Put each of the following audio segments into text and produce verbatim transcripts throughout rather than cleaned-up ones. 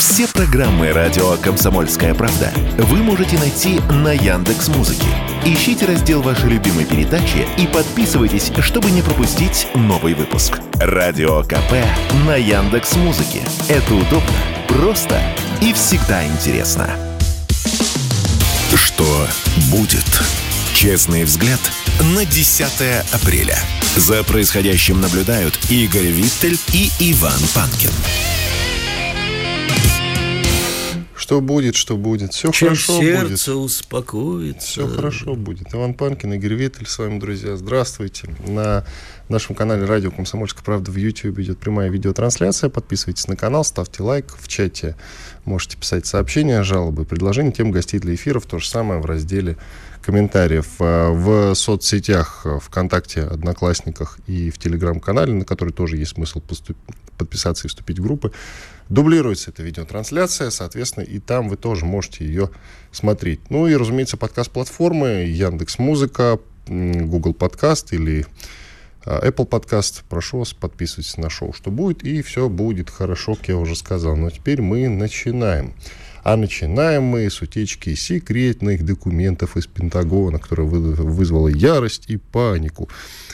Все программы радио «Комсомольская правда» вы можете найти на Яндекс.Музыке. Ищите раздел вашей любимой передачи и подписывайтесь, чтобы не пропустить новый выпуск. Радио КП на Яндекс.Музыке. Это удобно, просто и всегда интересно. Что будет? Честный взгляд на десятое апреля. За происходящим наблюдают Игорь Виттель и Иван Панкин. Что будет, что будет. Все Чем хорошо сердце будет. Сердце успокоится. Все хорошо будет. Иван Панкин, Игорь Виттель с вами, друзья. Здравствуйте. На нашем канале «Радио Комсомольская правда» в YouTube идет прямая видеотрансляция. Подписывайтесь на канал, ставьте лайк. В чате можете писать сообщения, жалобы, предложения, тем гостей для эфиров. То же самое в разделе комментариев. В соцсетях, ВКонтакте, Одноклассниках и в Телеграм-канале, на который тоже есть смысл поступ... подписаться и вступить в группы, дублируется эта видеотрансляция, соответственно, и там вы тоже можете ее смотреть. Ну и, разумеется, подкаст-платформы Яндекс.Музыка, Google Подкаст или Apple Подкаст. Прошу вас, подписывайтесь на шоу «Что будет», и все будет хорошо, как я уже сказал. Но теперь мы начинаем. А начинаем мы с утечки секретных документов из Пентагона, которая вызвала ярость и панику.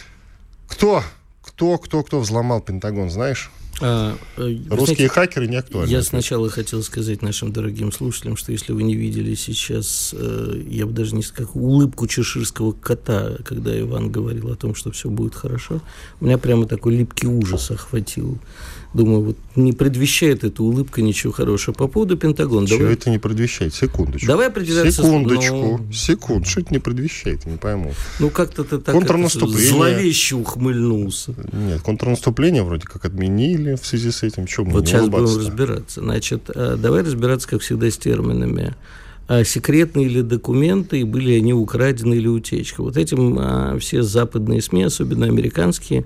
Кто? Кто, кто, кто взломал Пентагон, знаешь? А, Русские знаете, хакеры не актуальны. Я сначала хотел сказать нашим дорогим слушателям, что если вы не видели сейчас, я бы даже не сказал, улыбку чеширского кота, когда Иван говорил о том, что все будет хорошо, у меня прямо такой липкий ужас охватил. Думаю, вот не предвещает эта улыбка ничего хорошего. По поводу Пентагона. Чего давай... это не предвещает? Секундочку. Давай определяться... Секундочку. Но... Секунд. Что это не предвещает? Не пойму. Ну, как-то ты так контрнаступление... зловеще ухмыльнулся. Нет, контрнаступление вроде как отменили в связи с этим. Чего мне вот не сейчас улыбаться-то? будем разбираться. Значит, давай разбираться, как всегда, с терминами. Секретные ли документы, и были они украдены или утечка. Вот этим а, все западные СМИ, особенно американские,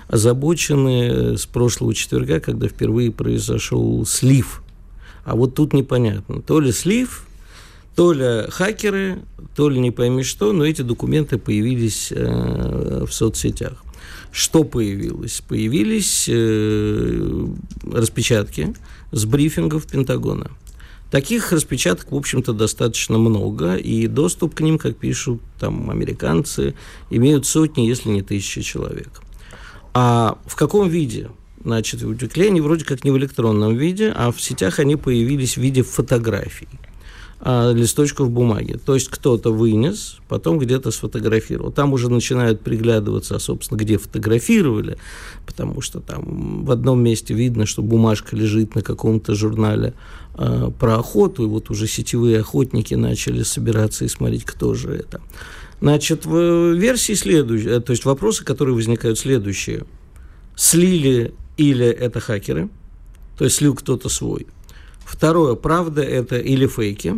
озабочены с прошлого четверга, когда впервые произошел слив. А вот тут непонятно. То ли слив, то ли хакеры, то ли не пойми что, но эти документы появились э, в соцсетях. Что появилось? Появились э, распечатки с брифингов Пентагона. Таких распечаток, в общем-то, достаточно много, и доступ к ним, как пишут там американцы, имеют сотни, если не тысячи человек. А в каком виде? Значит, утекли они вроде как не в электронном виде, а в сетях они появились в виде фотографий, листочков бумаги. То есть кто-то вынес, потом где-то сфотографировал. Там уже начинают приглядываться, собственно, где фотографировали, потому что там в одном месте видно, что бумажка лежит на каком-то журнале э, про охоту, и вот уже сетевые охотники начали собираться и смотреть, кто же это. Значит, в версии следующие, то есть вопросы, которые возникают, следующие. Слили или это хакеры, то есть слил кто-то свой. Второе, правда это или фейки.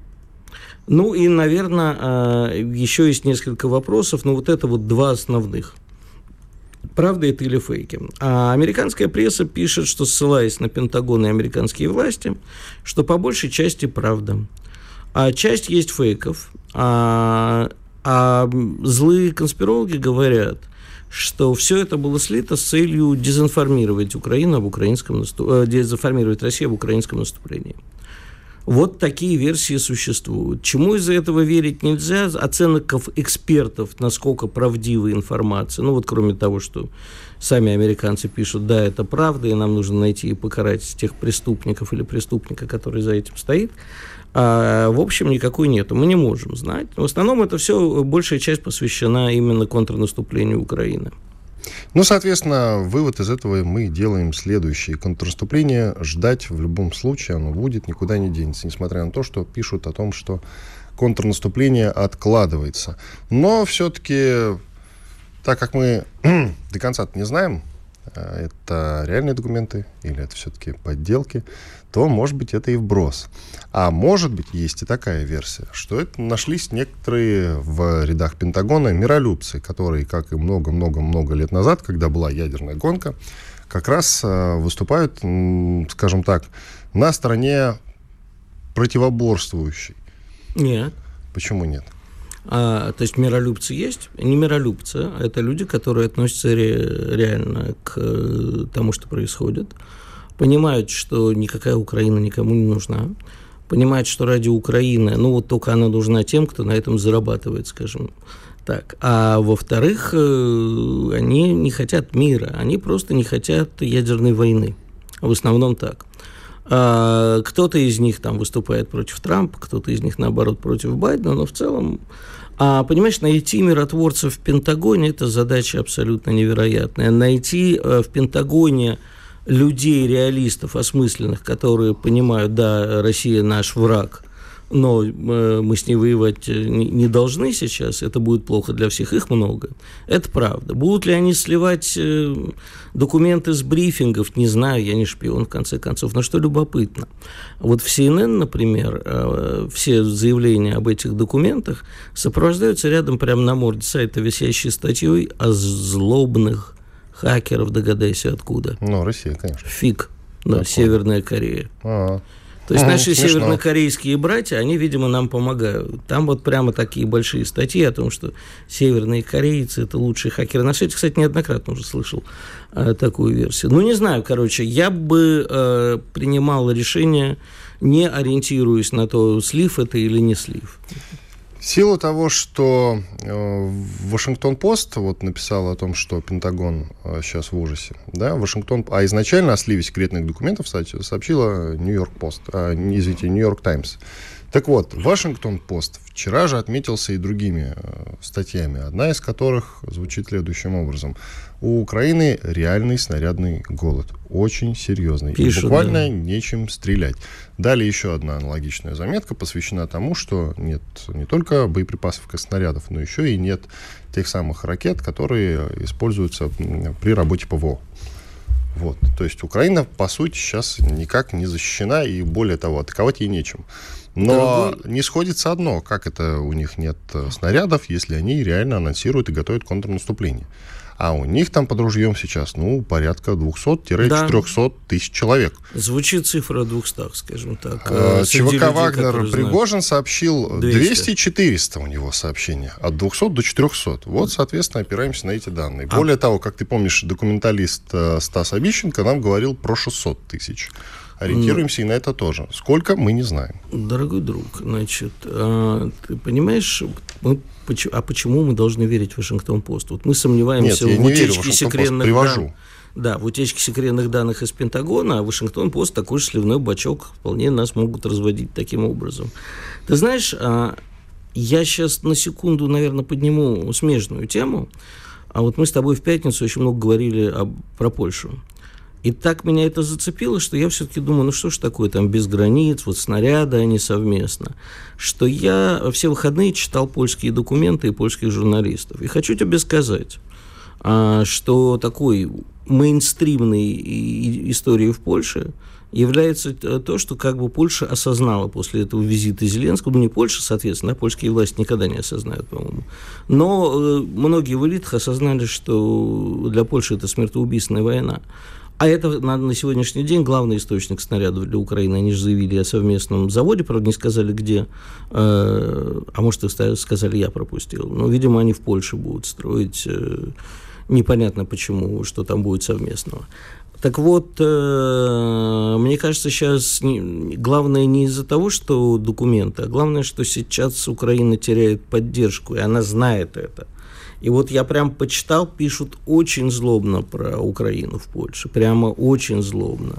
Ну и, наверное, еще есть несколько вопросов, но вот это вот два основных. Правда это или фейки? А американская пресса пишет, что, ссылаясь на Пентагон и американские власти, что по большей части правда. А часть есть фейков. А, а злые конспирологи говорят, что все это было слито с целью дезинформировать Украину об украинском наступ... дезинформировать Россию об украинском наступлении. Вот такие версии существуют. Чему из-за этого верить нельзя? Оценок экспертов, насколько правдива информация. Ну вот кроме того, что сами американцы пишут, да, это правда, и нам нужно найти и покарать тех преступников или преступника, который за этим стоит. А, в общем, никакой нету. Мы не можем знать. В основном это все, большая часть посвящена именно контрнаступлению Украины. Ну, соответственно, вывод из этого мы делаем следующий. Контрнаступление ждать в любом случае, оно будет, никуда не денется, несмотря на то, что пишут о том, что контрнаступление откладывается. Но все-таки, так как мы до конца не знаем, это реальные документы или это все-таки подделки, то, может быть, это и вброс. А может быть, есть и такая версия, что это нашлись некоторые в рядах Пентагона миролюбцы, которые, как и много-много-много лет назад, когда была ядерная гонка, как раз выступают, скажем так, на стороне противоборствующей. Нет. Почему нет? А, то есть миролюбцы есть? Не миролюбцы, а это люди, которые относятся ре, реально к тому, что происходит. понимают, что никакая Украина никому не нужна, понимают, что ради Украины, ну, вот только она нужна тем, кто на этом зарабатывает, скажем так. А во-вторых, они не хотят мира, они просто не хотят ядерной войны. В основном так. А кто-то из них там выступает против Трампа, кто-то из них, наоборот, против Байдена, но в целом, а, понимаешь, найти миротворцев в Пентагоне – это задача абсолютно невероятная. Найти а, в Пентагоне людей, реалистов, осмысленных, которые понимают, да, Россия наш враг, но мы с ней воевать не должны сейчас, это будет плохо для всех, их много, это правда. Будут ли они сливать документы с брифингов, не знаю, я не шпион, в конце концов, но что любопытно. Вот в си эн эн, например, все заявления об этих документах сопровождаются рядом прямо на морде сайта висящей статьей о злобных хакеров, догадайся откуда. Ну, Россия, конечно. ФИК, да, Северная Корея. А-а. То есть Ага, наши смешно. севернокорейские братья, они, видимо, нам помогают. Там вот прямо такие большие статьи о том, что северные корейцы – это лучшие хакеры на свете. Кстати, неоднократно уже слышал э, такую версию. Ну, не знаю, короче, я бы э, принимал решение, не ориентируясь на то, слив это или не слив. В силу того, что э, Вашингтон-Пост вот написал о том, что Пентагон э, сейчас в ужасе, да, Вашингтон, а изначально о сливе секретных документов сообщила Нью-Йорк-Пост, а, извините, Нью-Йорк Таймс. Так вот, Вашингтон-Пост вчера же отметился и другими э, статьями, одна из которых звучит следующим образом. У Украины реальный снарядный голод, очень серьезный, Пишут, и буквально да. нечем стрелять. Далее еще одна аналогичная заметка посвящена тому, что нет не только боеприпасов и снарядов, но еще и нет тех самых ракет, которые используются при работе ПВО. Вот. То есть Украина, по сути, сейчас никак не защищена, и более того, атаковать ей нечем. Но Дорогой... не сходится одно, как это у них нет снарядов, если они реально анонсируют и готовят контрнаступление. А у них там под ружьем сейчас, ну, порядка двухсот-четырехсот да. тысяч человек. Звучит цифра двухсот, скажем так. А, ЧВК людей, Вагнер Пригожин сообщил двести-четыреста у него сообщения. От двухсот до четырехсот. Вот, соответственно, опираемся на эти данные. А... Более того, как ты помнишь, документалист Стас Обищенко нам говорил про шестьсот тысяч. Ориентируемся и на это тоже. Сколько, мы не знаем. Дорогой друг, значит, ты понимаешь, мы, а почему мы должны верить в Вашингтон-Пост? Вот мы сомневаемся Нет, в утечке секретных данных. Да, в утечке секретных данных из Пентагона, а Вашингтон-Пост такой же сливной бачок, вполне нас могут разводить таким образом. Ты знаешь, я сейчас на секунду, наверное, подниму смежную тему. А вот мы с тобой в пятницу очень много говорили об, про Польшу. И так меня это зацепило, что я все-таки думаю, ну что ж такое, там без границ, вот снаряды, они совместно. Что я все выходные читал польские документы и польских журналистов. И хочу тебе сказать, что такой мейнстримной историей в Польше является то, что как бы Польша осознала после этого визита Зеленского, ну не Польша, соответственно, а польские власти никогда не осознают, по-моему, но многие в элитах осознали, что для Польши это смертоубийственная война. А это на, на сегодняшний день главный источник снарядов для Украины. Они же заявили о совместном заводе, правда, не сказали, где. Э, а может, и сказали, я пропустил. Но, видимо, они в Польше будут строить. Э, непонятно почему, что там будет совместного. Так вот, э, мне кажется, сейчас не, главное не из-за того, что документы, а главное, что сейчас Украина теряет поддержку, и она знает это. И вот я прям почитал, пишут очень злобно про Украину в Польше. Прямо очень злобно.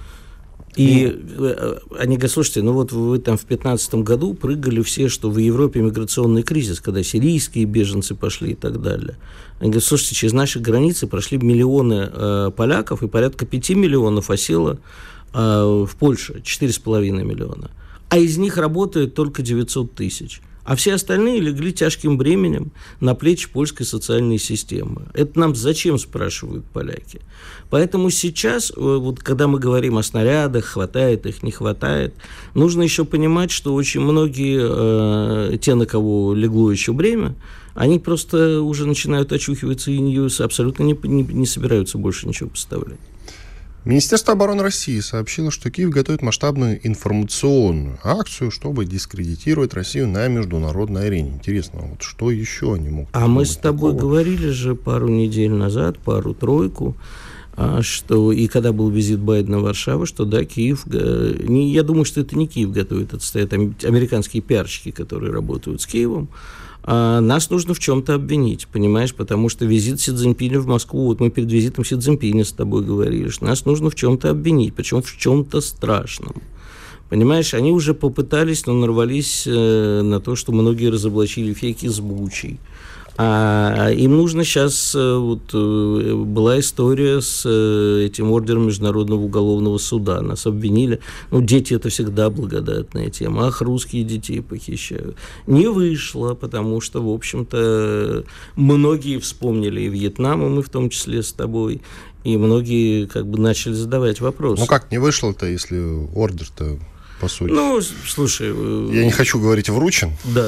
И mm. они говорят, слушайте, ну вот вы там в пятнадцатом году прыгали все, что в Европе миграционный кризис, когда сирийские беженцы пошли и так далее. Они говорят, слушайте, через наши границы прошли миллионы э, поляков, и порядка пяти миллионов осело э, в Польше, четыре с половиной миллиона. А из них работает только девятьсот тысяч. А все остальные легли тяжким бременем на плечи польской социальной системы. Это нам зачем, спрашивают поляки. Поэтому сейчас, вот, когда мы говорим о снарядах, хватает их, не хватает, нужно еще понимать, что очень многие, э, те, на кого легло еще бремя, они просто уже начинают очухиваться и не, абсолютно не, не, не собираются больше ничего поставлять. Министерство обороны России сообщило, что Киев готовит масштабную информационную акцию, чтобы дискредитировать Россию на международной арене. Интересно, вот что еще они могут? А мы с тобой такого? говорили же пару недель назад, пару-тройку, что и когда был визит Байдена в Варшаву, что да, Киев, не, я думаю, что это не Киев готовит, это стоят американские пиарщики, которые работают с Киевом, а нас нужно в чем-то обвинить, понимаешь, потому что визит Си Цзиньпиня в Москву, вот мы перед визитом Си Цзиньпиня с тобой говорили, что нас нужно в чем-то обвинить, причем в чем-то страшном. Понимаешь, они уже попытались, но нарвались э, на то, что многие разоблачили фейки с Бучей. А им нужно сейчас, вот, была история с этим ордером Международного уголовного суда. Нас обвинили. Ну, дети – это всегда благодатная тема. Ах, русские детей похищают. Не вышло, потому что, в общем-то, многие вспомнили и Вьетнам, и мы в том числе с тобой. И многие как бы начали задавать вопросы. Ну, как не вышло-то, если ордер-то, по сути? Ну, слушай... Я не хочу говорить вручен. Да,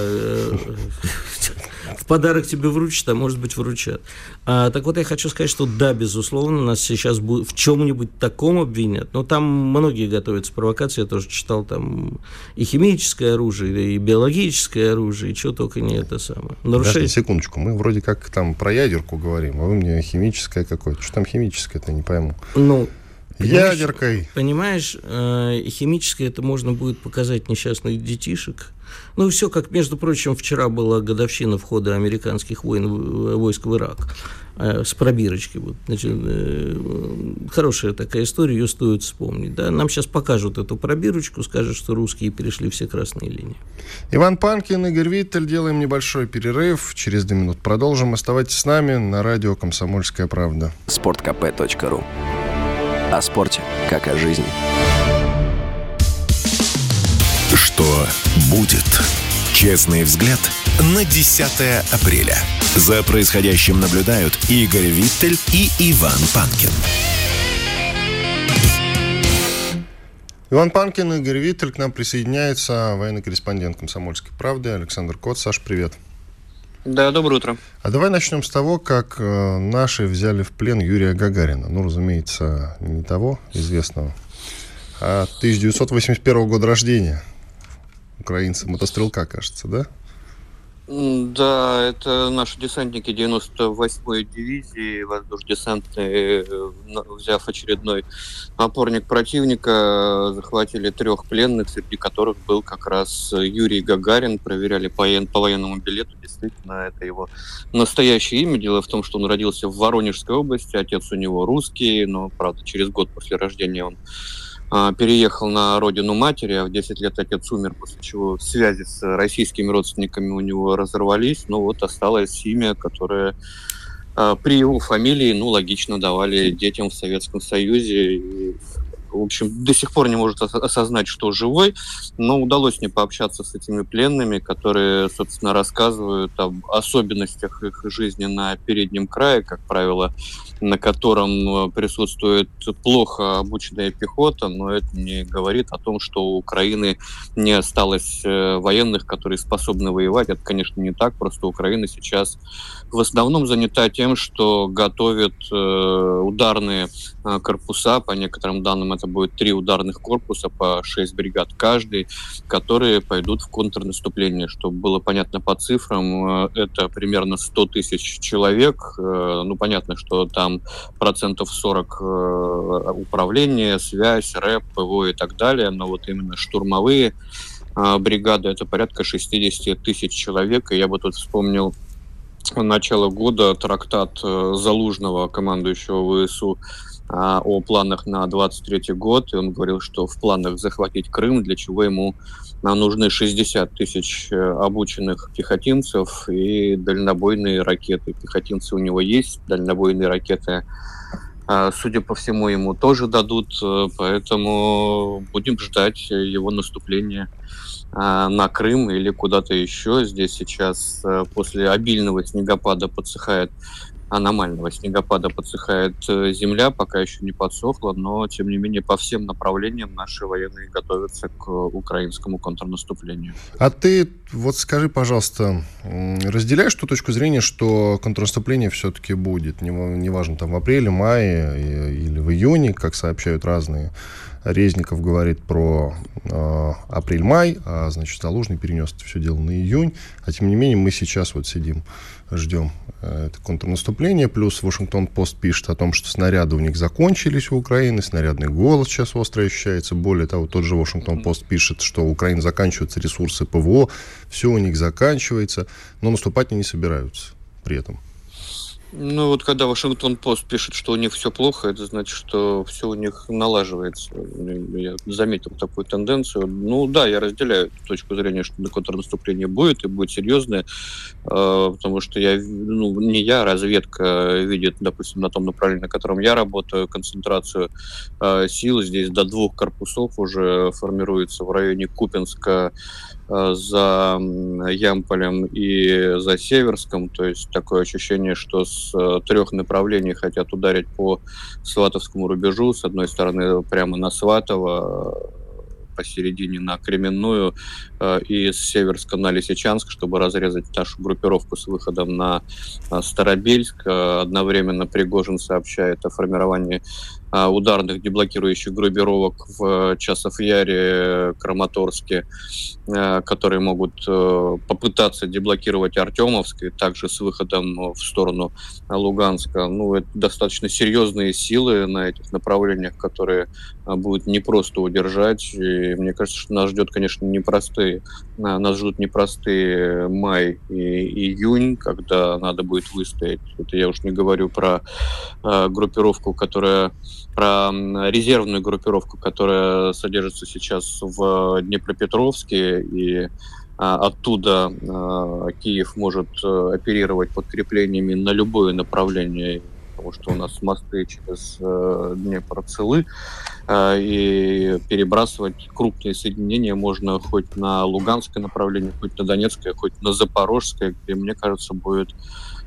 в подарок тебе вручат, а может быть вручат. А, так вот, я хочу сказать, что да, безусловно, нас сейчас будет в чем-нибудь таком обвинят. Но там многие готовятся к провокации. Я тоже читал там и химическое оружие, и биологическое оружие, и что только не это самое. Нарушение... Подожди секундочку, мы вроде как там про ядерку говорим, а вы мне химическое какое-то. Что там химическое-то, не пойму. Ну... Понимаешь, ядеркой. Понимаешь, э, химическое это можно будет показать несчастных детишек. Ну, все, как, между прочим, вчера была годовщина входа американских войн, войск в Ирак э, с пробирочкой. Вот, значит, э, хорошая такая история, ее стоит вспомнить. Да? Нам сейчас покажут эту пробирочку, скажут, что русские перешли все красные линии. Иван Панкин, Игорь Виттель. Делаем небольшой перерыв. Через две минуты продолжим. Оставайтесь с нами на радио «Комсомольская правда». спорт кэ пэ точка ру. О спорте, как о жизни. Что будет? Честный взгляд на десятое апреля. За происходящим наблюдают Игорь Виттель и Иван Панкин. Иван Панкин, Игорь Виттель. К нам присоединяется военный корреспондент «Комсомольской правды» Александр Кот. Саш, привет. Да, доброе утро. А давай начнем с того, как э, наши взяли в плен Юрия Гагарина. Ну, разумеется, не того известного, а тысяча девятьсот восемьдесят первого года рождения. Украинца, мотострелка, кажется, да? Да, это наши десантники девяносто восьмой дивизии воздушно-десантные, взяв очередной опорник противника, захватили трех пленных, среди которых был как раз Юрий Гагарин. Проверяли по, по военному билету, действительно, это его настоящее имя. Дело в том, что он родился в Воронежской области, отец у него русский, но, правда, через год после рождения он переехал на родину матери, а в десять лет отец умер, после чего связи с российскими родственниками у него разорвались. Ну вот осталось имя, которое э, при его фамилии, ну, логично давали детям в Советском Союзе. И, в общем, до сих пор не может осознать, что живой, но удалось мне пообщаться с этими пленными, которые, собственно, рассказывают об особенностях их жизни на переднем крае, как правило, на котором присутствует плохо обученная пехота, но это не говорит о том, что у Украины не осталось военных, которые способны воевать. Это, конечно, не так, просто Украина сейчас в основном занята тем, что готовит ударные корпуса, по некоторым данным это будет три ударных корпуса по шесть бригад каждый, которые пойдут в контрнаступление. Чтобы было понятно по цифрам, это примерно сто тысяч человек. Ну, понятно, что там процентов сорок управление, связь, рэп, ПВО и так далее, но вот именно штурмовые бригады это порядка шестьдесят тысяч человек. И я бы тут вспомнил начало года трактат Залужного, командующего ВСУ, о планах на двадцать третий год, и он говорил, что в планах захватить Крым, для чего ему нужны шестьдесят тысяч обученных пехотинцев и дальнобойные ракеты. Пехотинцы у него есть, дальнобойные ракеты, судя по всему, ему тоже дадут, поэтому будем ждать его наступления на Крым или куда-то еще. Здесь сейчас после обильного снегопада подсыхает аномального снегопада подсыхает земля, пока еще не подсохла, но, тем не менее, по всем направлениям наши военные готовятся к украинскому контрнаступлению. А ты вот скажи, пожалуйста, разделяешь ту точку зрения, что контрнаступление все-таки будет? Неважно, там в апреле, мае или в июне, как сообщают разные Резников говорит про э, апрель-май, а, значит, Залужный перенес это все дело на июнь. А тем не менее мы сейчас вот сидим, ждем э, это контрнаступление. Плюс Вашингтон-Пост пишет о том, что снаряды у них закончились у Украины, снарядный голод сейчас остро ощущается. Более того, тот же Вашингтон-Пост пишет, что у Украины заканчиваются ресурсы ПВО, все у них заканчивается, но наступать они не собираются при этом. Ну вот когда Вашингтон-Пост пишет, что у них все плохо, это значит, что все у них налаживается. Я заметил такую тенденцию. Ну да, я разделяю точку зрения, что контрнаступление будет, и будет серьезное, потому что я, ну, не я, разведка видит, допустим, на том направлении, на котором я работаю, концентрацию сил. Здесь до двух корпусов уже формируется в районе Купянска, за Ямполем и за Северском, то есть такое ощущение, что с трех направлений хотят ударить по Сватовскому рубежу, с одной стороны прямо на Сватово, посередине на Кременную, и с Северска на Лисичанск, чтобы разрезать нашу группировку с выходом на Старобельск. Одновременно Пригожин сообщает о формировании ударных деблокирующих группировок в Часов-Яре, Краматорске, которые могут попытаться деблокировать Артемовск, и также с выходом в сторону Луганска. Ну, это достаточно серьезные силы на этих направлениях, которые будет непросто удержать. И мне кажется, что нас ждет, конечно, непростые. Нас ждут непростые май и июнь, когда надо будет выстоять. Это я уж не говорю про группировку, которая про резервную группировку, которая содержится сейчас в Днепропетровске, и а, оттуда а, Киев может а, оперировать подкреплениями на любое направление, потому что у нас мосты через а, Днепр целы, а, и перебрасывать крупные соединения можно хоть на Луганское направление, хоть на Донецкое, хоть на Запорожское, где, мне кажется, будет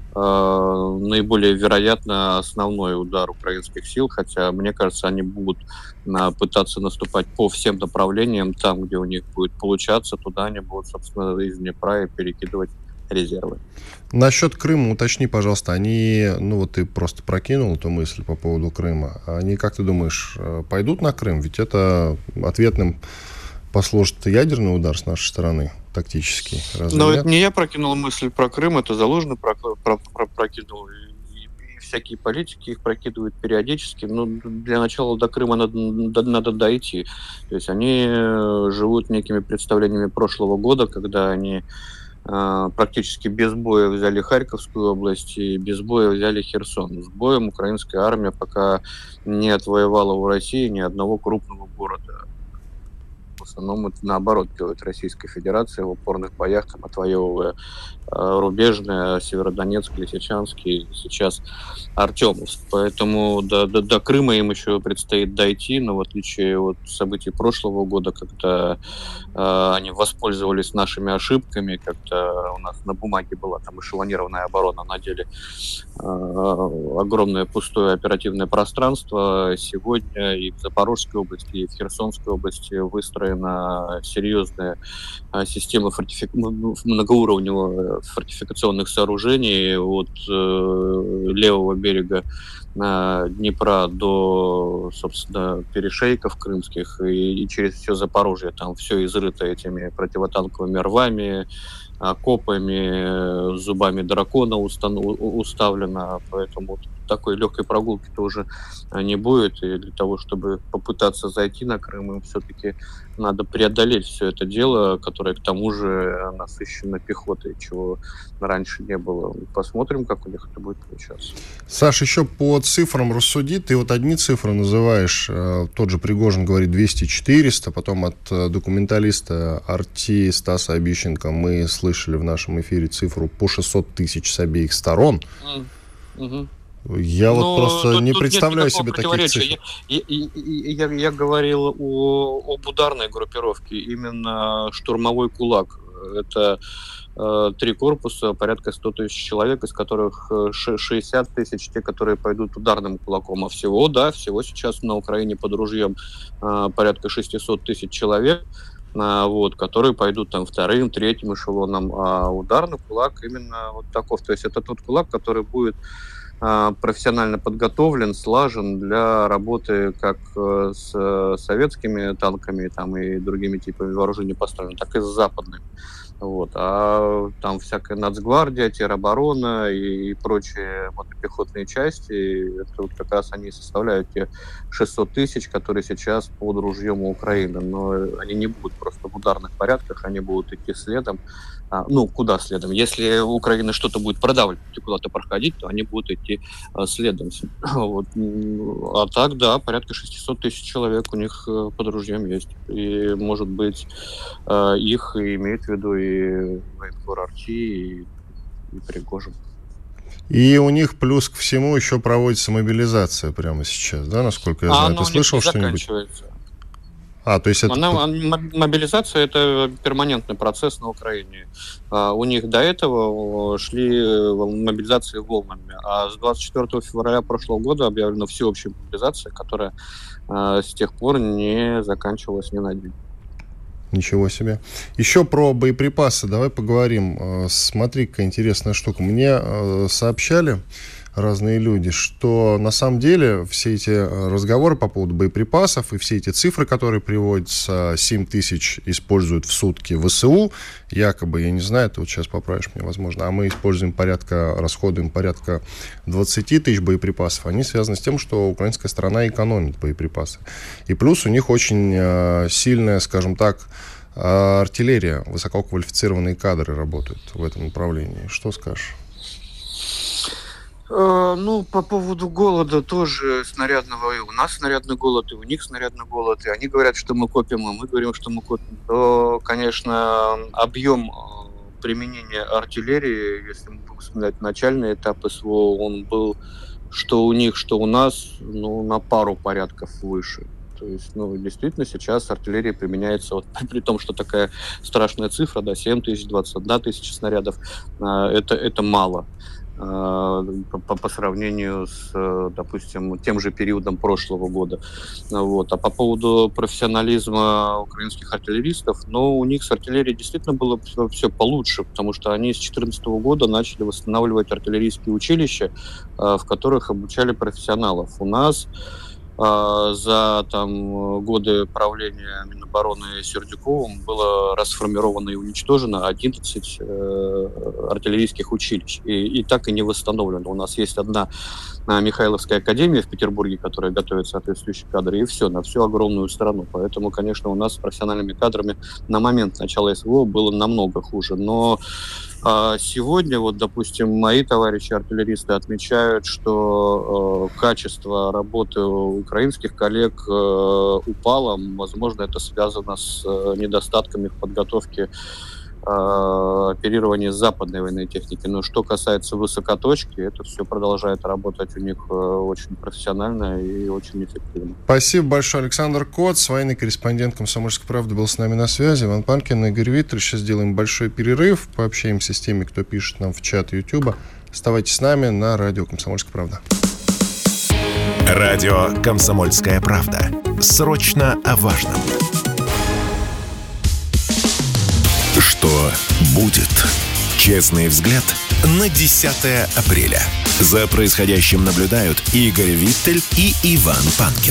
наиболее вероятно основной удар украинских сил, хотя, мне кажется, они будут пытаться наступать по всем направлениям, там, где у них будет получаться, туда они будут, собственно, из Днепра перекидывать резервы. Насчет Крыма уточни, пожалуйста, они, ну вот ты просто прокинул эту мысль по поводу Крыма, они, как ты думаешь, пойдут на Крым? Ведь это ответным послужит ядерный удар с нашей стороны, тактический. Разве Но нет? это не я прокинул мысль про Крым, это Залужный про, про, про, прокинул. И, и всякие политики их прокидывают периодически. Но для начала до Крыма надо, надо дойти. То есть они живут некими представлениями прошлого года, когда они э, практически без боя взяли Харьковскую область и без боя взяли Херсон. С боем украинская армия пока не отвоевала у России ни одного крупного города. В основном это наоборот делает Российская Федерация в упорных боях, там, отвоевывая э, Рубежное, Северодонецк, Лисичанск и сейчас Артемовск. Поэтому до, до, до Крыма им еще предстоит дойти, но в отличие от событий прошлого года, когда э, они воспользовались нашими ошибками, когда у нас на бумаге была там эшелонированная оборона, на деле э, огромное пустое оперативное пространство, сегодня и в Запорожской области, и в Херсонской области выстроена серьезная система фортифи... многоуровневых фортификационных сооружений от э, левого берега э, Днепра до, собственно, перешейков крымских и, и через все Запорожье. Там все изрыто этими противотанковыми рвами, окопами, зубами дракона устан... уставлено, поэтому такой легкой прогулки-то уже не будет, и для того, чтобы попытаться зайти на Крым, им все-таки надо преодолеть все это дело, которое к тому же насыщено пехотой, чего раньше не было. Посмотрим, как у них это будет получаться. Саш, еще по цифрам рассуди. Ты вот одни цифры называешь, тот же Пригожин говорит двести-четыреста, потом от документалиста Арти Стаса Обищенко мы слышали в нашем эфире цифру по шестьсот тысяч с обеих сторон. Mm-hmm. Я Но вот просто тут, не тут представляю себе таких цифр. Я, я, я, я говорил о, об ударной группировке, именно штурмовой кулак. Это э, три корпуса, порядка сто тысяч человек, из которых шестьдесят тысяч те, которые пойдут ударным кулаком. А всего, да, всего сейчас на Украине под ружьем э, порядка шестьсот тысяч человек. Вот, которые пойдут там вторым, третьим эшелоном, а ударный кулак именно вот таков. То есть это тот кулак, который будет профессионально подготовлен, слажен для работы как с советскими танками там, и другими типами вооружений построен, так и с западными. Вот. А там всякая нацгвардия, тероборона и, и прочие мотопехотные части, это вот как раз они составляют те шестьсот тысяч, которые сейчас под ружьем у Украины. Но они не будут просто в ударных порядках, они будут идти следом. А, ну, куда следом? Если у Украины что-то будет продавливать и куда-то проходить, то они будут идти а, следом. Вот. А так, да, порядка шестьсот тысяч человек у них под ружьем есть. И, может быть, а, их имеют в виду и военкор Арти, и, и Пригожин. И у них плюс ко всему еще проводится мобилизация прямо сейчас, да, насколько я знаю? А, Ты слышал что-нибудь? А, то есть это... Она, мобилизация – это перманентный процесс на Украине. А, у них до этого шли мобилизации волнами, а с двадцать четвёртого февраля прошлого года объявлена всеобщая мобилизация, которая а, с тех пор не заканчивалась ни на день. Ничего себе. Еще про боеприпасы давай поговорим. Смотри, какая интересная штука. Мне сообщали разные люди, что на самом деле все эти разговоры по поводу боеприпасов и все эти цифры, которые приводятся, семь тысяч используют в сутки ВСУ, якобы, я не знаю, ты вот сейчас поправишь меня, возможно, а мы используем порядка, расходуем порядка двадцать тысяч боеприпасов, они связаны с тем, что украинская сторона экономит боеприпасы. И плюс у них очень сильная, скажем так, артиллерия, высококвалифицированные кадры работают в этом направлении. Что скажешь? Ну, по поводу голода тоже снарядного. И у нас снарядный голод, и у них снарядный голод. И они говорят, что мы копим, и мы говорим, что мы копим. То, конечно, объем применения артиллерии, если мы будем вспоминать начальный этап СВО, он был что у них, что у нас, ну, на пару порядков выше. То есть, ну, действительно, сейчас артиллерия применяется, вот, при том, что такая страшная цифра, да, семь тысяч, двадцать одна тысяча снарядов, это, это мало. По, по сравнению с, допустим, тем же периодом прошлого года. Вот. А по поводу профессионализма украинских артиллеристов, ну, у них с артиллерией действительно было все получше, потому что они с две тысячи четырнадцатого года начали восстанавливать артиллерийские училища, в которых обучали профессионалов. У нас за там, годы правления Минобороны Сердюковым было расформировано и уничтожено одиннадцать э, артиллерийских училищ. И, и так и не восстановлено. У нас есть одна Михайловская академия в Петербурге, которая готовит соответствующие кадры, и все, на всю огромную страну. Поэтому, конечно, у нас с профессиональными кадрами на момент начала СВО было намного хуже. Но а сегодня, вот, допустим, мои товарищи-артиллеристы отмечают, что э, качество работы украинских коллег э, упало. Возможно, это связано с э, недостатками в подготовке оперирования западной военной техники. Но что касается высокоточки, это все продолжает работать у них очень профессионально и очень эффективно. Спасибо большое. Александр Коц, военный корреспондент «Комсомольской правды», был с нами на связи. Иван Панкин, Игорь Виттель. Сейчас сделаем большой перерыв, пообщаемся с теми, кто пишет нам в чат Ютуба. Оставайтесь с нами на радио «Комсомольская правда». Радио «Комсомольская правда». Срочно о важном. Что будет? Честный взгляд на десятое апреля. За происходящим наблюдают Игорь Виттель и Иван Панкин.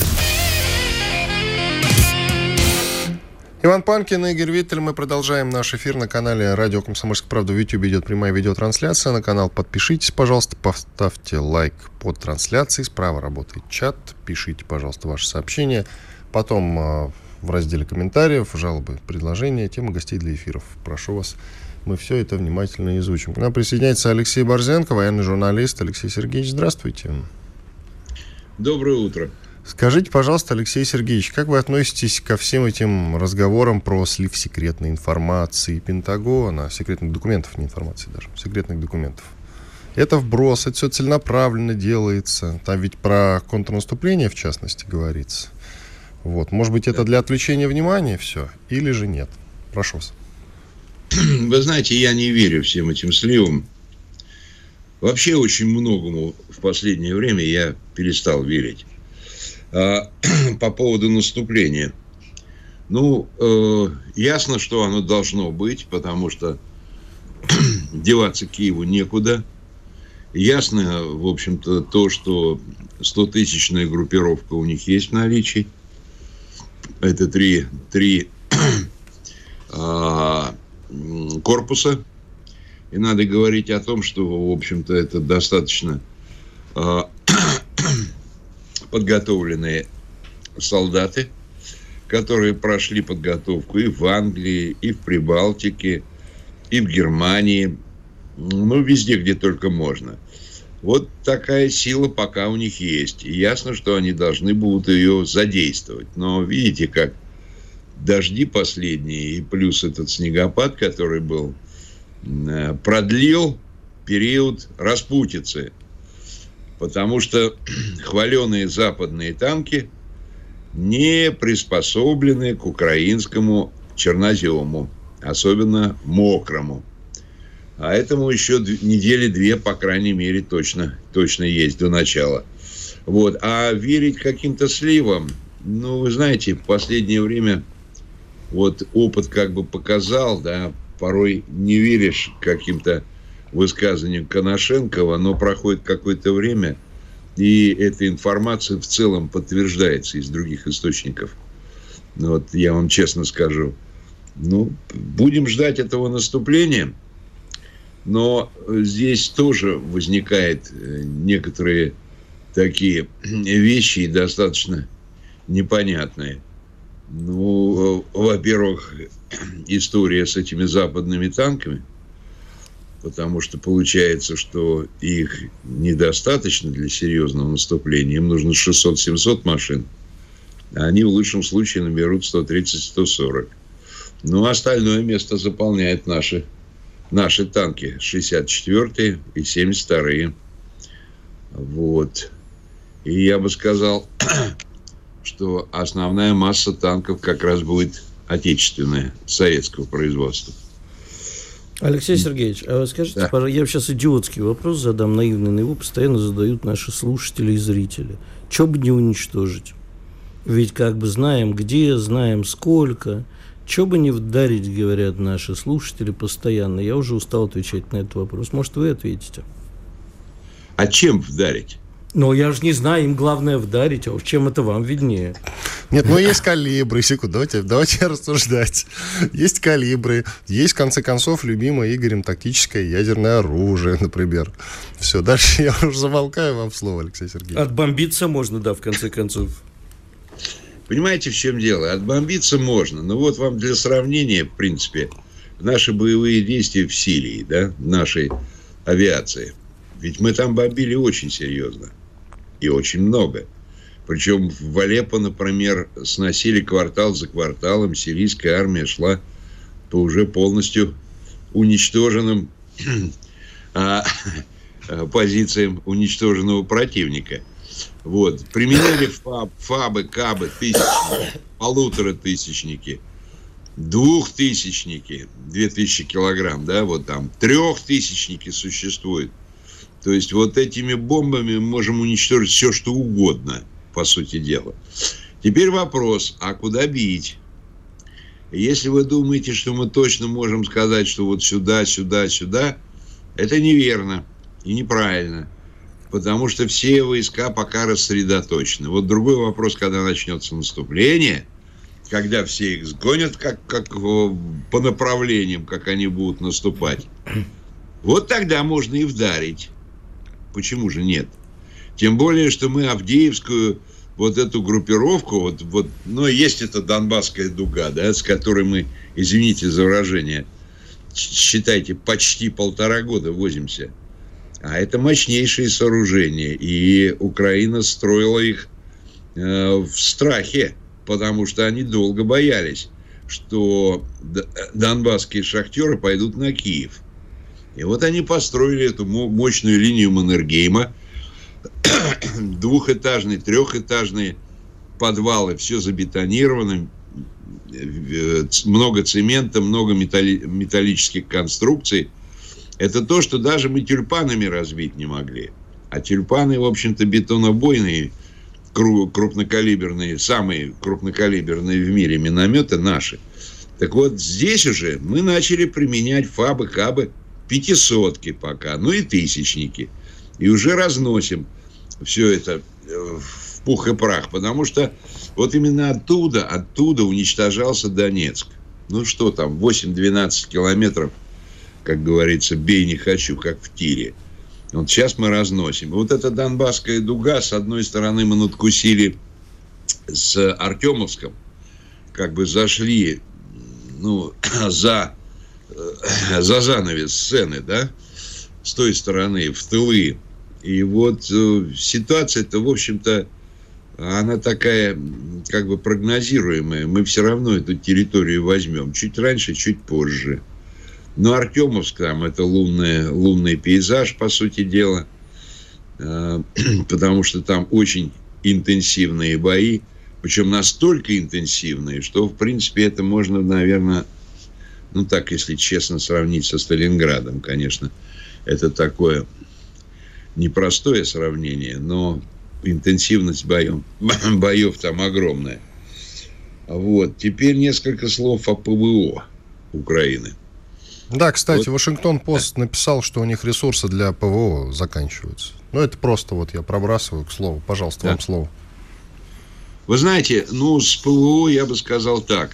Иван Панкин и Игорь Виттель. Мы продолжаем наш эфир на канале радио «Комсомольская правда». В YouTube идет прямая видеотрансляция. На канал подпишитесь, пожалуйста, поставьте лайк под трансляцией. Справа работает чат. Пишите, пожалуйста, ваши сообщения. Потом в разделе комментариев, жалобы, предложения, темы гостей для эфиров. Прошу вас, мы все это внимательно изучим. К нам присоединяется Алексей Борзенко, военный журналист. Алексей Сергеевич, здравствуйте. Доброе утро. Скажите, пожалуйста, Алексей Сергеевич, как вы относитесь ко всем этим разговорам про слив секретной информации Пентагона, секретных документов, не информации даже, секретных документов? Это вброс, это все целенаправленно делается. Там ведь про контрнаступление, в частности, говорится. Вот. Может быть, это для отвлечения внимания все, или же нет? Прошу вас. Вы знаете, я не верю всем этим сливам. Вообще очень многому в последнее время я перестал верить. А, по поводу наступления. Ну, э, ясно, что оно должно быть, потому что деваться Киеву некуда. Ясно, в общем-то, то, что стотысячная группировка у них есть в наличии. Это три, три а, корпуса. И надо говорить о том, что, в общем-то, это достаточно а, подготовленные солдаты, которые прошли подготовку и в Англии, и в Прибалтике, и в Германии, ну, везде, где только можно. Вот такая сила пока у них есть. И ясно, что они должны будут ее задействовать. Но видите, как дожди последние и плюс этот снегопад, который был, продлил период распутицы. Потому что хваленые западные танки не приспособлены к украинскому чернозему, особенно мокрому. А этому еще недели две, по крайней мере, точно, точно есть до начала. Вот. А верить каким-то сливам, ну, вы знаете, в последнее время вот опыт как бы показал, да, порой не веришь каким-то высказываниям Коношенкова, но проходит какое-то время, и эта информация в целом подтверждается из других источников. Вот я вам честно скажу. Ну, будем ждать этого наступления. Но здесь тоже возникают некоторые такие вещи достаточно непонятные. Ну, во-первых, история с этими западными танками, потому что получается, что их недостаточно для серьезного наступления. Им нужно шестьсот-семьсот машин, а они в лучшем случае наберут сто тридцать - сто сорок. Ну, остальное место заполняют наши Наши танки шестьдесят четвёртые и семьдесят вторые. Вот. И я бы сказал, что основная масса танков как раз будет отечественная, советского производства. Алексей Сергеевич, а вы скажите, да. Я сейчас идиотский вопрос задам, наивный, но его постоянно задают наши слушатели и зрители. Чего бы не уничтожить? Ведь как бы знаем где, знаем сколько. Чего бы не вдарить, говорят наши слушатели постоянно. Я уже устал отвечать на этот вопрос. Может, вы ответите? А чем вдарить? Ну, я же не знаю, им главное вдарить, а в чем это вам виднее? Нет, ну есть калибры, секунду, давайте, давайте рассуждать. Есть калибры, есть, в конце концов, любимое Игорем тактическое ядерное оружие, например. Все, дальше я уже замолкаю, вам слово, Алексей Сергеевич. Отбомбиться можно, да, в конце концов. Понимаете, в чем дело? Отбомбиться можно. Но вот вам для сравнения, в принципе, наши боевые действия в Сирии, да, нашей авиации. Ведь мы там бомбили очень серьезно. И очень много. Причем в Алеппо, например, сносили квартал за кварталом. Сирийская армия шла по уже полностью уничтоженным позициям уничтоженного противника. Вот. Применяли фаб, фабы, кабы, тысячники, полуторатысячники, двухтысячники, две тысячи килограмм, да, вот там, трехтысячники существуют. То есть, вот этими бомбами мы можем уничтожить все, что угодно, по сути дела. Теперь вопрос, а куда бить? Если вы думаете, что мы точно можем сказать, что вот сюда, сюда, сюда, это неверно и неправильно. Потому что все войска пока рассредоточены. Вот другой вопрос, когда начнется наступление, когда все их сгонят как, как по направлениям, как они будут наступать. Вот тогда можно и вдарить. Почему же нет? Тем более, что мы Авдеевскую, вот эту группировку, вот, вот, ну, есть эта Донбасская дуга, да, с которой мы, извините за выражение, считайте, почти полтора года возимся. А это мощнейшие сооружения. И Украина строила их э, в страхе, потому что они долго боялись, что донбасские шахтеры пойдут на Киев. И вот они построили эту мощную линию Маннергейма. Двухэтажные, трехэтажные подвалы, все забетонировано. Много цемента, много металли- металлических конструкций. Это то, что даже мы тюльпанами разбить не могли. А тюльпаны, в общем-то, бетонобойные, крупнокалиберные, самые крупнокалиберные в мире минометы наши. Так вот, здесь уже мы начали применять фабы, кабы, пятисотки пока, ну и тысячники. И уже разносим все это в пух и прах. Потому что вот именно оттуда, оттуда уничтожался Донецк. Ну что там, восемь-двенадцать километров, как говорится, бей не хочу, как в тире. Вот сейчас мы разносим. Вот эта Донбасская дуга, с одной стороны, мы надкусили с Артемовском, как бы зашли, ну, за, за занавес сцены, да, с той стороны, в тылы. И вот э, ситуация-то, в общем-то, она такая, как бы прогнозируемая. Мы все равно эту территорию возьмем. Чуть раньше, чуть позже. Но Артемовск, там, это лунный, лунный пейзаж, по сути дела. Э, потому что там очень интенсивные бои. Причем настолько интенсивные, что, в принципе, это можно, наверное, ну так, если честно, сравнить со Сталинградом, конечно. Это такое непростое сравнение, но интенсивность боев, боев там огромная. Вот. Теперь несколько слов о ПВО Украины. Да, кстати, вот. Вашингтон-Пост да. написал, что у них ресурсы для ПВО заканчиваются. Ну, это просто вот я пробрасываю к слову. Пожалуйста, да. вам слово. Вы знаете, ну, с ПВО я бы сказал так.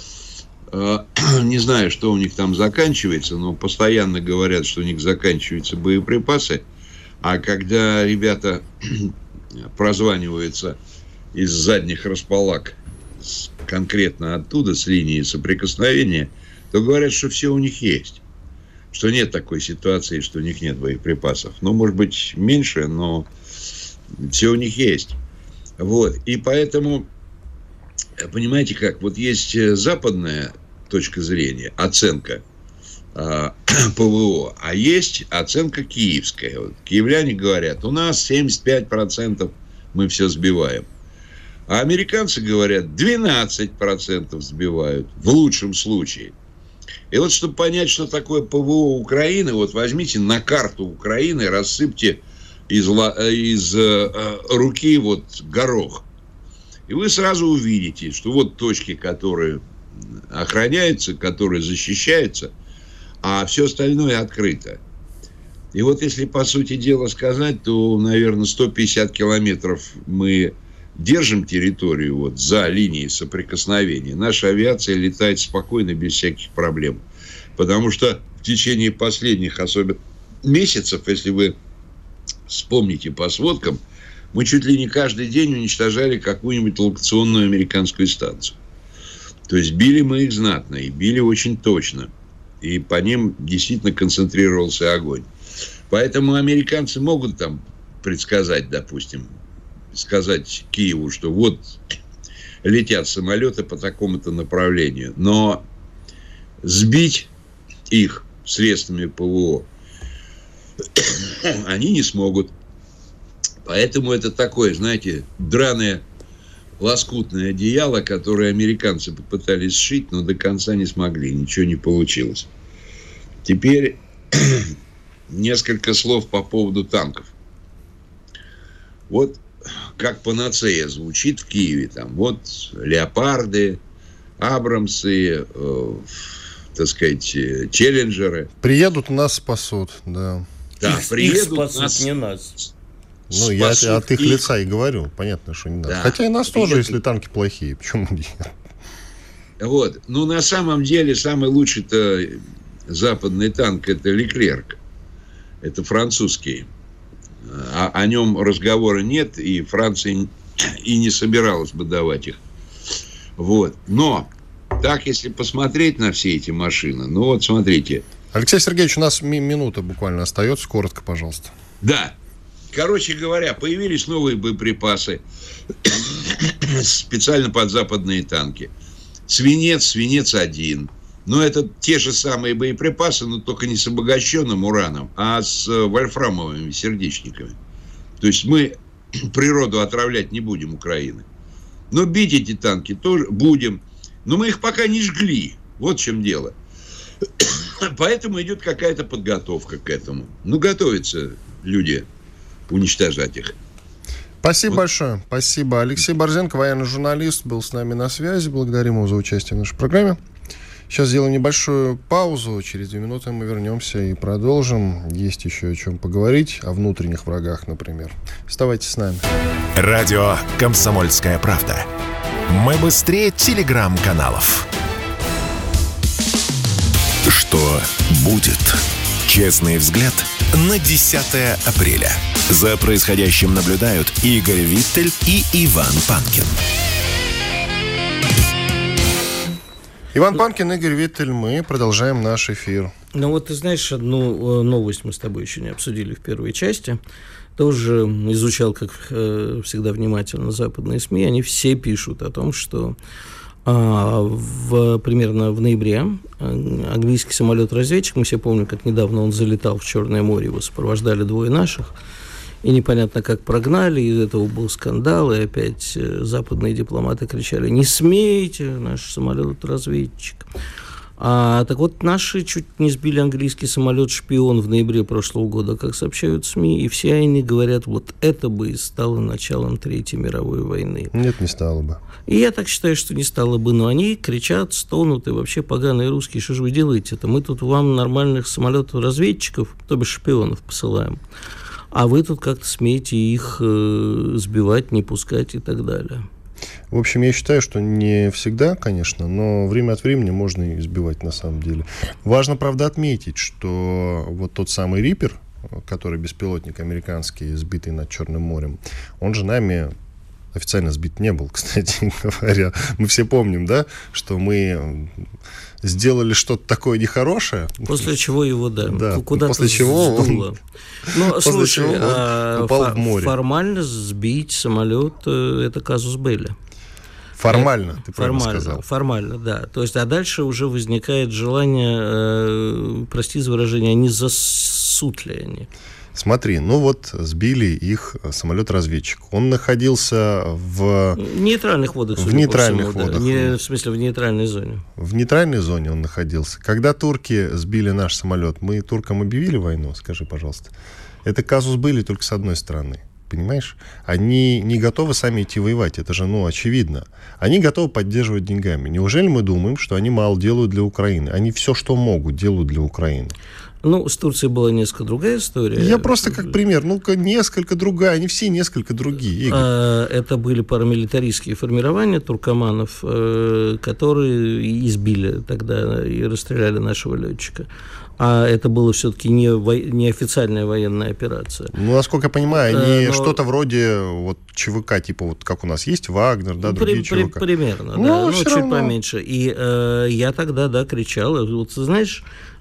Не знаю, что у них там заканчивается, но постоянно говорят, что у них заканчиваются боеприпасы. А когда ребята прозваниваются из задних располаг, конкретно оттуда, с линии соприкосновения, то говорят, что все у них есть. Что нет такой ситуации, что у них нет боеприпасов. Ну, может быть, меньше, но все у них есть. Вот. И поэтому, понимаете как, вот есть западная точка зрения, оценка э, ПВО, а есть оценка киевская. Вот, киевляне говорят, у нас семьдесят пять процентов мы все сбиваем. А американцы говорят, двенадцать процентов сбивают, в лучшем случае. И вот, чтобы понять, что такое ПВО Украины, вот возьмите на карту Украины, рассыпьте из, из э, руки вот горох. И вы сразу увидите, что вот точки, которые охраняются, которые защищаются, а все остальное открыто. И вот если, по сути дела, сказать, то, наверное, сто пятьдесят километров мы держим территорию вот за линией соприкосновения. Наша авиация летает спокойно, без всяких проблем. Потому что в течение последних, особенно месяцев, если вы вспомните по сводкам, мы чуть ли не каждый день уничтожали какую-нибудь локационную американскую станцию. То есть били мы их знатно, и били очень точно. И по ним действительно концентрировался огонь. Поэтому американцы могут там предсказать, допустим, сказать Киеву, что вот летят самолеты по такому-то направлению. Но сбить их средствами ПВО они не смогут. Поэтому это такое, знаете, драное лоскутное одеяло, которое американцы попытались сшить, но до конца не смогли, ничего не получилось. Теперь несколько слов по поводу танков. Вот как панацея звучит в Киеве. Там вот леопарды, абрамсы, э, так сказать, челленджеры. Приедут, нас спасут, да. Да, их, приедут, их спасут, нас... не нас. Ну, я от их лица и говорю. Понятно, что не надо. Да. Хотя и нас приедут. Тоже, если танки плохие. Почему нет? Вот. Ну, на самом деле, самый лучший-то западный танк – это Леклерк. Это французский. О, о нем разговора нет, и Франция и не собиралась бы давать их. Вот. Но, так, если посмотреть на все эти машины, ну, вот смотрите. Алексей Сергеевич, у нас ми- минута буквально остается. Коротко, пожалуйста. Да. Короче говоря, появились новые боеприпасы специально под западные танки. Свинец, свинец один. Но это те же самые боеприпасы, но только не с обогащенным ураном, а с вольфрамовыми сердечниками. То есть мы природу отравлять не будем, Украины. Но бить эти танки тоже будем. Но мы их пока не жгли. Вот в чем дело. Поэтому идет какая-то подготовка к этому. Ну, готовятся люди уничтожать их. Спасибо вот. большое. Спасибо. Алексей Борзенко, военный журналист, был с нами на связи. Благодарим его за участие в нашей программе. Сейчас сделаем небольшую паузу. Через две минуты мы вернемся и продолжим. Есть еще о чем поговорить. О внутренних врагах, например. Оставайтесь с нами. Радио «Комсомольская правда». Мы быстрее телеграм-каналов. Что будет? Честный взгляд на десятое апреля. За происходящим наблюдают Игорь Виттель и Иван Панкин. Иван Панкин, Игорь Виттель, мы продолжаем наш эфир. Ну вот ты знаешь, одну новость мы с тобой еще не обсудили в первой части. Тоже изучал, как всегда, внимательно западные СМИ. Они все пишут о том, что а, в, примерно в ноябре английский самолет-разведчик, мы все помним, как недавно он залетал в Черное море, его сопровождали двое наших. И непонятно, как прогнали, из этого был скандал, и опять западные дипломаты кричали: «Не смейте, наш самолет-разведчик». А, так вот, наши чуть не сбили английский самолет-шпион в ноябре прошлого года, как сообщают СМИ, и все они говорят, вот это бы и стало началом Третьей мировой войны. Нет, не стало бы. И я так считаю, что не стало бы, но они кричат, стонут, и вообще поганые русские, что же вы делаете-то? Мы тут вам нормальных самолетов-разведчиков, то бишь шпионов, посылаем. А вы тут как-то смеете их э, сбивать, не пускать и так далее. В общем, я считаю, что не всегда, конечно, но время от времени можно и сбивать на самом деле. Важно, правда, отметить, что вот тот самый Риппер, который беспилотник американский, сбитый над Черным морем, он же нами официально сбит не был, кстати говоря. Мы все помним, да, что мы сделали что-то такое нехорошее. После чего его, да, да. куда-то после чего сдуло. Он... Ну, после слушай, чего он а, упал фо- в море. Формально сбить самолет – это казус белли. Формально, ты правильно формально, сказал. Формально, да. То есть, а дальше уже возникает желание, э, прости за выражение, не засут ли они? Смотри, ну вот сбили их самолет-разведчик. Он находился в... нейтральных водах. В нейтральных всему, водах. Да. Не, в смысле, в нейтральной зоне. В нейтральной зоне он находился. Когда турки сбили наш самолет, мы туркам объявили войну, скажи, пожалуйста. Это казус были только с одной стороны. Понимаешь? Они не готовы сами идти воевать. Это же, ну, очевидно. Они готовы поддерживать деньгами. Неужели мы думаем, что они мало делают для Украины? Они все, что могут, делают для Украины. Ну, с Турцией была несколько другая история. Я просто как пример. Ну-ка, несколько другая. Они все несколько другие. Игорь. Это были парамилитаристские формирования туркоманов, которые избили тогда и расстреляли нашего летчика. А это была все-таки не, во... не официальная военная операция. Ну, насколько я понимаю, они Но... что-то вроде вот ЧВК, типа вот как у нас есть Вагнер, да, другие при, ЧВК. При, примерно, ну, да, ну, чуть равно. поменьше. И э, я тогда, да, кричал. Вот, знаешь,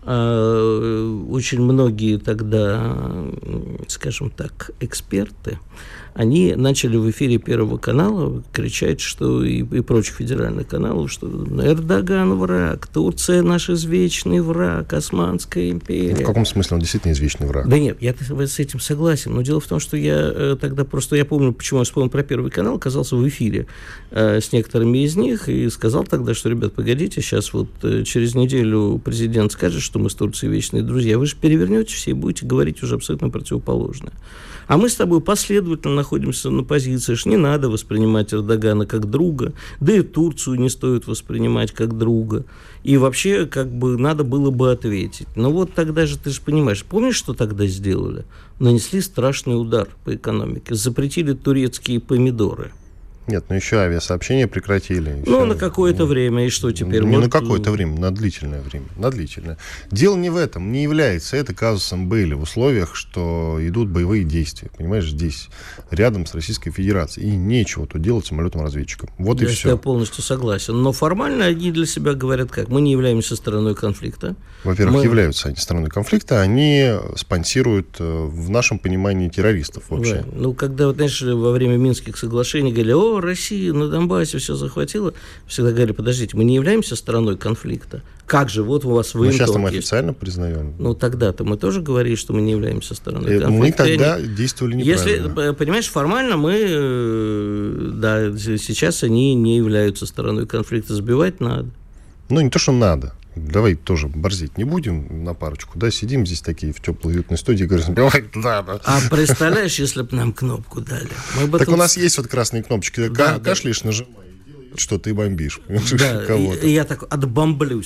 э, очень многие тогда, скажем так, эксперты, они начали в эфире Первого канала кричать, что и, и прочих федеральных каналов, что Эрдоган враг, Турция наш извечный враг, Османская империя. В каком смысле он действительно извечный враг? Да нет, я с этим согласен, но дело в том, что я тогда просто, я помню, почему я вспомнил про Первый канал, оказался в эфире э, с некоторыми из них и сказал тогда, что, ребят, погодите, сейчас вот э, через неделю президент скажет, что мы с Турцией вечные друзья, вы же перевернете все и будете говорить уже абсолютно противоположное. А мы с тобой последовательно находимся на позиции, что не надо воспринимать Эрдогана как друга, да и Турцию не стоит воспринимать как друга. И вообще, как бы, надо было бы ответить. Но вот тогда же, ты же понимаешь, помнишь, что тогда сделали? Нанесли страшный удар по экономике, запретили турецкие помидоры. Нет, ну еще авиасообщения прекратили. Ну, на какое-то время, и что теперь? Не вот... на какое-то время, на длительное время. На длительное. Дело не в этом, не является это казусом Бейли в условиях, что идут боевые действия. Понимаешь, здесь, рядом с Российской Федерацией. И нечего тут делать самолетом-разведчиком. Вот я и все. Я полностью согласен. Но формально они для себя говорят как? Мы не являемся стороной конфликта. Во-первых, Мы... являются они стороной конфликта, они спонсируют, в нашем понимании, террористов вообще. Да. Ну, когда, вот, знаешь, во время Минских соглашений говорили, о, Россия на Донбассе все захватила, всегда говорили, подождите, мы не являемся стороной конфликта. Как же, вот у вас военторг. Ну, сейчас мы официально признаем. Ну, тогда-то мы тоже говорили, что мы не являемся стороной конфликта. Мы тогда они... действовали неправильно. Если, понимаешь, формально мы, да, сейчас они не являются стороной конфликта, сбивать надо. Ну, не то, что надо. Давай тоже борзить не будем на парочку, да, сидим здесь такие в теплой уютной студии и говорим, давай туда, да. А представляешь, если бы нам кнопку дали? Мы бы так тут... у нас есть вот красные кнопочки, да, Ка- да, кашляешь, да. Нажимай, что ты бомбишь, да, кого-то. И, и я так отбомблюсь.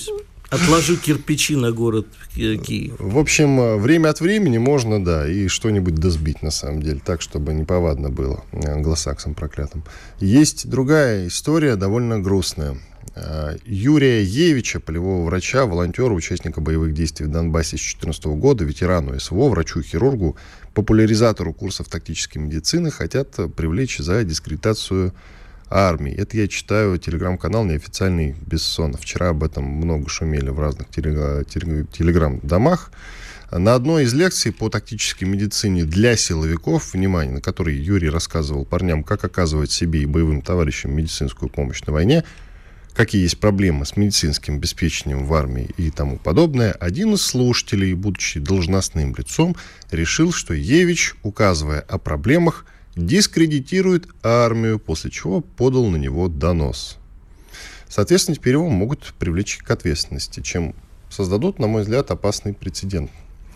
Отложу кирпичи на город Киев. В общем, время от времени можно, да, и что-нибудь досбить, на самом деле, так, чтобы неповадно было англосаксам проклятым. Есть другая история, довольно грустная. Юрия Евича, полевого врача, волонтера, участника боевых действий в Донбассе с две тысячи четырнадцатого года, ветерану СВО, врачу-хирургу, популяризатору курсов тактической медицины, хотят привлечь за дискредитацию армии. Это я читаю телеграм-канал неофициальный Бессона. Вчера об этом много шумели в разных телеграм-домах. На одной из лекций по тактической медицине для силовиков, внимание, на которой Юрий рассказывал парням, как оказывать себе и боевым товарищам медицинскую помощь на войне, какие есть проблемы с медицинским обеспечением в армии и тому подобное, один из слушателей, будучи должностным лицом, решил, что Евич, указывая о проблемах, дискредитирует армию, после чего подал на него донос. Соответственно, теперь его могут привлечь к ответственности, чем создадут, на мой взгляд, опасный прецедент.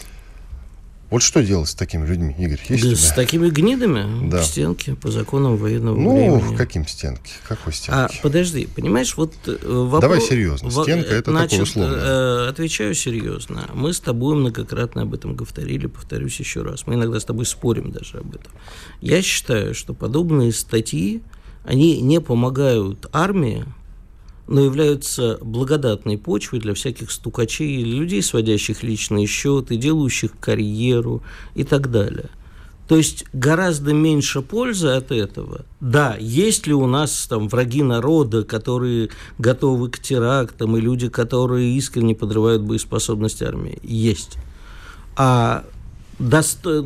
Вот что делать с такими людьми, Игорь? Есть да, с такими гнидами? Да. Стенки по законам военного ну, времени. Ну, каким стенки? Какой стенки? А, подожди, понимаешь, вот вопрос... Давай серьезно. Стенка — это Значит, такое условно. Э, отвечаю серьезно. Мы с тобой многократно об этом говорили, повторюсь еще раз. Мы иногда с тобой спорим даже об этом. Я считаю, что подобные статьи, они не помогают армии, но являются благодатной почвой для всяких стукачей, людей, сводящих личные счеты, делающих карьеру и так далее. То есть гораздо меньше пользы от этого. Да, есть ли у нас там враги народа, которые готовы к терактам, и люди, которые искренне подрывают боеспособность армии? Есть. А досто...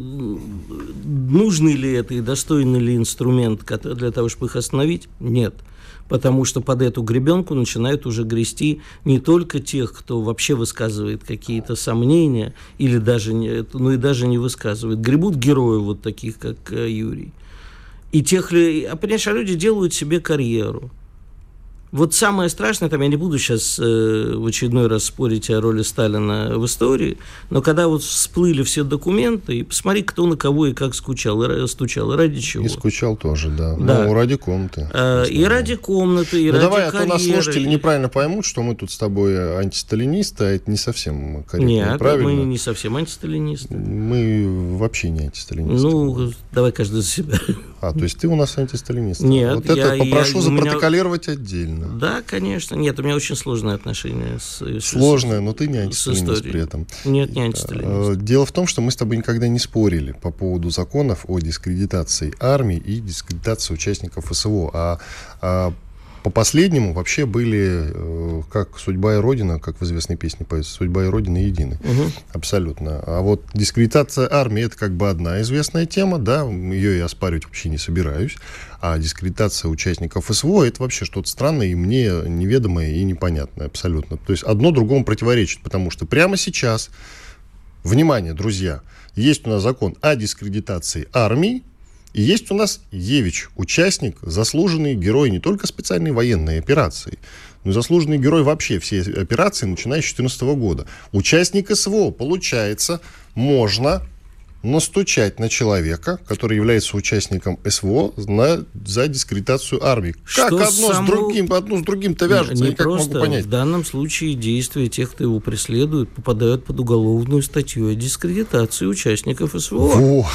нужный ли это и достойный ли инструмент для того, чтобы их остановить? Нет. Потому что под эту гребенку начинают уже грести не только тех, кто вообще высказывает какие-то сомнения, или даже не, ну и даже не высказывает. Гребут герои вот таких, как Юрий. И тех, а, понимаешь, а люди делают себе карьеру. Вот самое страшное, там я не буду сейчас э, в очередной раз спорить о роли Сталина в истории, но когда вот всплыли все документы, и посмотри, кто на кого и как скучал, и стучал, и ради чего. И скучал тоже, да. да. Ну, ради комнаты. А, и ради комнаты, и ну, ради давай, карьеры. А то нас слушатели неправильно поймут, что мы тут с тобой антисталинисты, а это не совсем корректно. Нет, правильно. мы не совсем антисталинисты. Мы вообще не антисталинисты. Ну, давай каждый за себя. А, то есть ты у нас антисталинист? Нет. Вот это я, попрошу я, запротоколировать меня... отдельно. Да, конечно. Нет, у меня очень сложные отношения с... Сложное, но ты не антисталинист при этом. Нет, не антисталинист. Дело в том, что мы с тобой никогда не спорили по поводу законов о дискредитации армии и дискредитации участников СВО. А, а по последнему вообще были, э, как «Судьба и Родина», как в известной песне поется, «Судьба и Родина едины». Угу. Абсолютно. А вот дискредитация армии — это как бы одна известная тема, да, ее я оспаривать вообще не собираюсь. А дискредитация участников СВО — это вообще что-то странное и мне неведомое и непонятное абсолютно. То есть одно другому противоречит, потому что прямо сейчас, внимание, друзья, есть у нас закон о дискредитации армии, и есть у нас Евич, участник, заслуженный герой не только специальной военной операции, но и заслуженный герой вообще всей операции, начиная с две тысячи четырнадцатого года. Участник СВО, получается, можно настучать на человека, который является участником СВО, на, за дискредитацию армии. Что как одно само... с другим, одно с другим-то вяжется, не я как просто, могу понять. В данном случае действия тех, кто его преследует, попадают под уголовную статью о дискредитации участников СВО. Вот.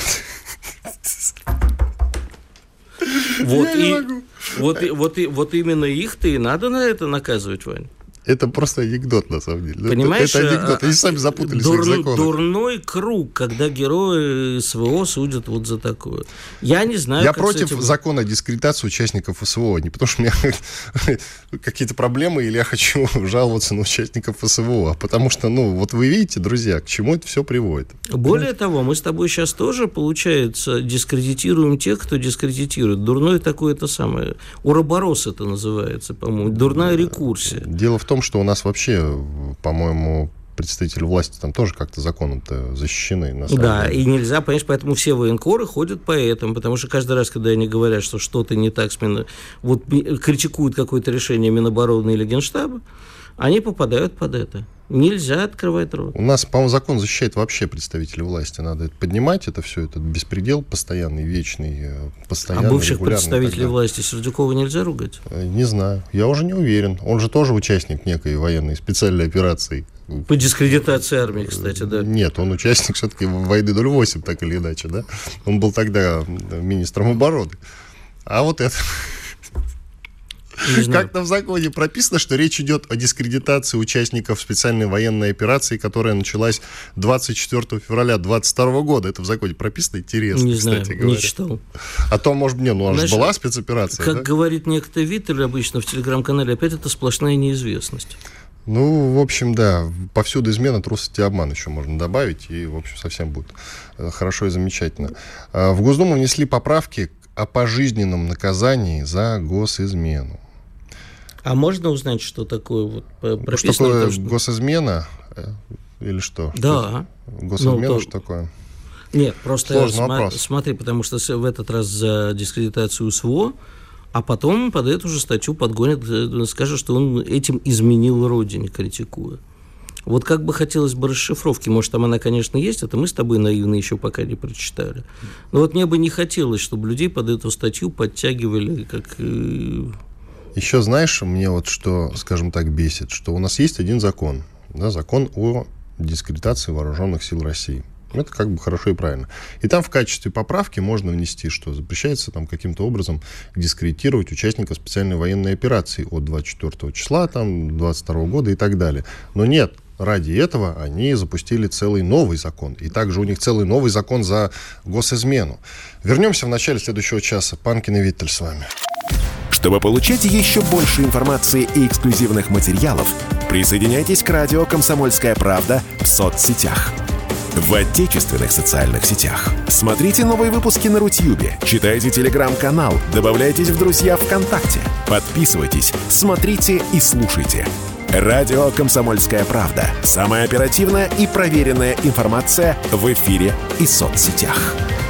Вот, и, вот, и, вот, и, вот именно их-то и надо на это наказывать, Вань. Это просто анекдот, на самом деле. Понимаешь, это, это анекдот. Они сами запутались дур, в их законах. Дурной круг, когда герои СВО судят вот за такое. Я не знаю, Я как против этим... закона о дискредитации участников СВО. Не потому что у меня какие-то проблемы или я хочу жаловаться на участников СВО, а потому что, ну, вот вы видите, друзья, к чему это все приводит. Более того, мы с тобой сейчас тоже, получается, дискредитируем тех, кто дискредитирует. Дурной такой это самое. Уроборос это называется, по-моему. Дурная рекурсия. Дело в том, что у нас вообще, по-моему, представители власти там тоже как-то законом-то защищены. На самом да, деле. И нельзя, понимаешь, поэтому все военкоры ходят по этому, потому что каждый раз, когда они говорят, что что-то не так с Мин... вот критикуют какое-то решение Минобороны или Генштаба, они попадают под это. Нельзя открывать рот. У нас, по-моему, закон защищает вообще представителей власти. Надо это поднимать, это все, этот беспредел постоянный, вечный, постоянный, а бывших регулярный. представителей власти Сердюкова нельзя ругать? Не знаю, я уже не уверен. Он же тоже участник некой военной специальной операции. По дискредитации армии, кстати, да. Нет, он участник все-таки войны ноль восемь, так или иначе, да? Он был тогда министром обороны. А вот это... Как-то в законе прописано, что речь идет о дискредитации участников специальной военной операции, которая началась двадцать четвёртого февраля двадцать второго года. Это в законе прописано? Интересно, не кстати знаю, говоря. Не читал. А то, может, не, ну, она же была спецоперация, Как да? говорит некто Виттель обычно в телеграм-канале, опять это сплошная неизвестность. Ну, в общем, да, повсюду измена, трусость и обман еще можно добавить, и, в общем, совсем будет хорошо и замечательно. В Госдуму внесли поправки о пожизненном наказании за госизмену. А можно узнать, что такое вот прописано? Что такое то, что... госизмена? Или что? Да. Госизмена, ну, то... что такое? Нет, просто сложный см... вопрос. Смотри, потому что в этот раз за дискредитацию СВО, а потом под эту же статью подгонят, скажут, что он этим изменил родине, критикуя. Вот как бы хотелось бы расшифровки. Может, там она, конечно, есть, это мы с тобой наивно еще пока не прочитали. Но вот мне бы не хотелось, чтобы людей под эту статью подтягивали как... Еще знаешь, мне вот что, скажем так, бесит, что у нас есть один закон, да, закон о дискредитации вооруженных сил России. Это как бы хорошо и правильно. И там в качестве поправки можно внести, что запрещается там каким-то образом дискредитировать участников специальной военной операции от двадцать четвёртого числа, там, двадцать второго года и так далее. Но нет, ради этого они запустили целый новый закон. И также у них целый новый закон за госизмену. Вернемся в начале следующего часа. Панкин и Виттель с вами. Чтобы получать еще больше информации и эксклюзивных материалов, присоединяйтесь к радио «Комсомольская правда» в соцсетях. В отечественных социальных сетях. Смотрите новые выпуски на Рутьюбе, читайте телеграм-канал, добавляйтесь в друзья ВКонтакте, подписывайтесь, смотрите и слушайте. Радио «Комсомольская правда». Самая оперативная и проверенная информация в эфире и соцсетях.